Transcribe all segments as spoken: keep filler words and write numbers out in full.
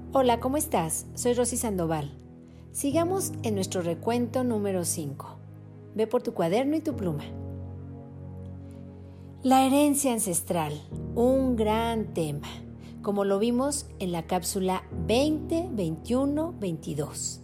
Hola, ¿cómo estás? Soy Rosy Sandoval. Sigamos en nuestro recuento número cinco. Ve por tu cuaderno y tu pluma. La herencia ancestral, un gran tema, como lo vimos en la cápsula veinte, veintiuno, veintidós.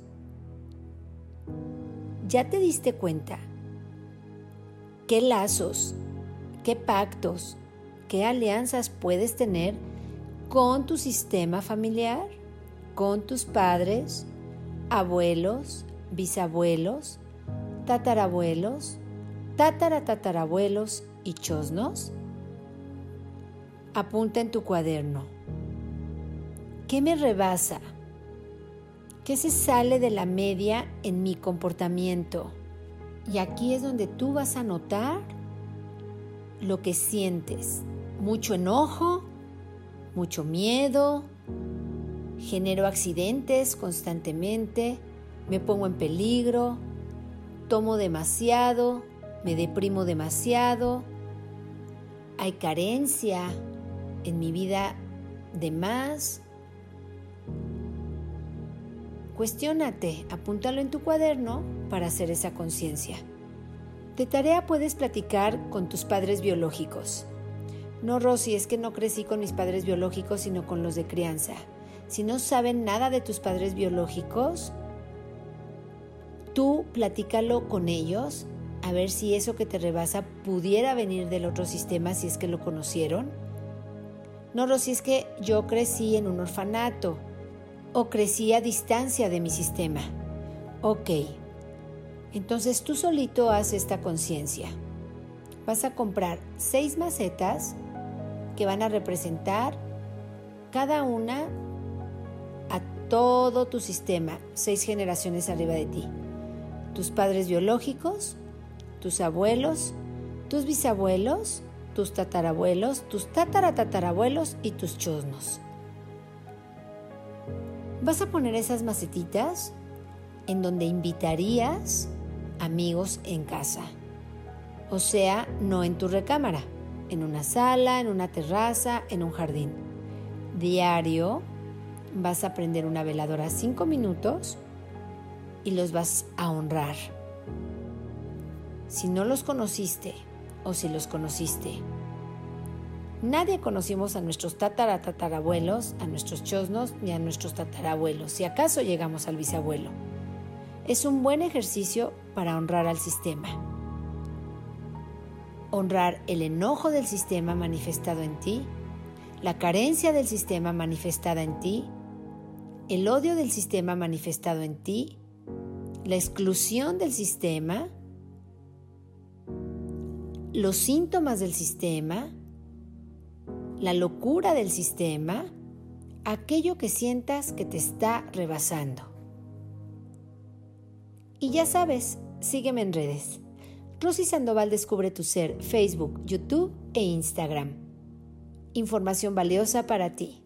¿Ya te diste cuenta qué lazos, qué pactos, qué alianzas puedes tener con tu sistema familiar, con tus padres, abuelos, bisabuelos, tatarabuelos, tataratatarabuelos y chosnos? Apunta en tu cuaderno. ¿Qué me rebasa? ¿Qué se sale de la media en mi comportamiento? Y aquí es donde tú vas a notar lo que sientes. Mucho enojo, mucho miedo, genero accidentes constantemente, me pongo en peligro, tomo demasiado, me deprimo demasiado, hay carencia en mi vida de más. Cuestiónate, apúntalo en tu cuaderno para hacer esa conciencia. De tarea puedes platicar con tus padres biológicos. No, Rosy, es que no crecí con mis padres biológicos, sino con los de crianza. Si no saben nada de tus padres biológicos, tú platícalo con ellos, a ver si eso que te rebasa pudiera venir del otro sistema, si es que lo conocieron. No, Rosy, es que yo crecí en un orfanato o crecí a distancia de mi sistema. Ok, entonces tú solito haz esta conciencia. Vas a comprar seis macetas que van a representar cada una a todo tu sistema, seis generaciones arriba de ti. Tus padres biológicos, tus abuelos, tus bisabuelos, tus tatarabuelos, tus tataratatarabuelos y tus chosnos. Vas a poner esas macetitas en donde invitarías amigos en casa. O sea, no en tu recámara, en una sala, en una terraza, en un jardín. Diario vas a prender una veladora cinco minutos y los vas a honrar. Si no los conociste o si los conociste, nadie conocimos a nuestros tataratatarabuelos, a nuestros chosnos ni a nuestros tatarabuelos, si acaso llegamos al bisabuelo. Es un buen ejercicio para honrar al sistema. Honrar el enojo del sistema manifestado en ti, la carencia del sistema manifestada en ti, el odio del sistema manifestado en ti, la exclusión del sistema, los síntomas del sistema, la locura del sistema, aquello que sientas que te está rebasando. Y ya sabes, sígueme en redes. Rosy Sandoval Descubre tu Ser, Facebook, YouTube e Instagram. Información valiosa para ti.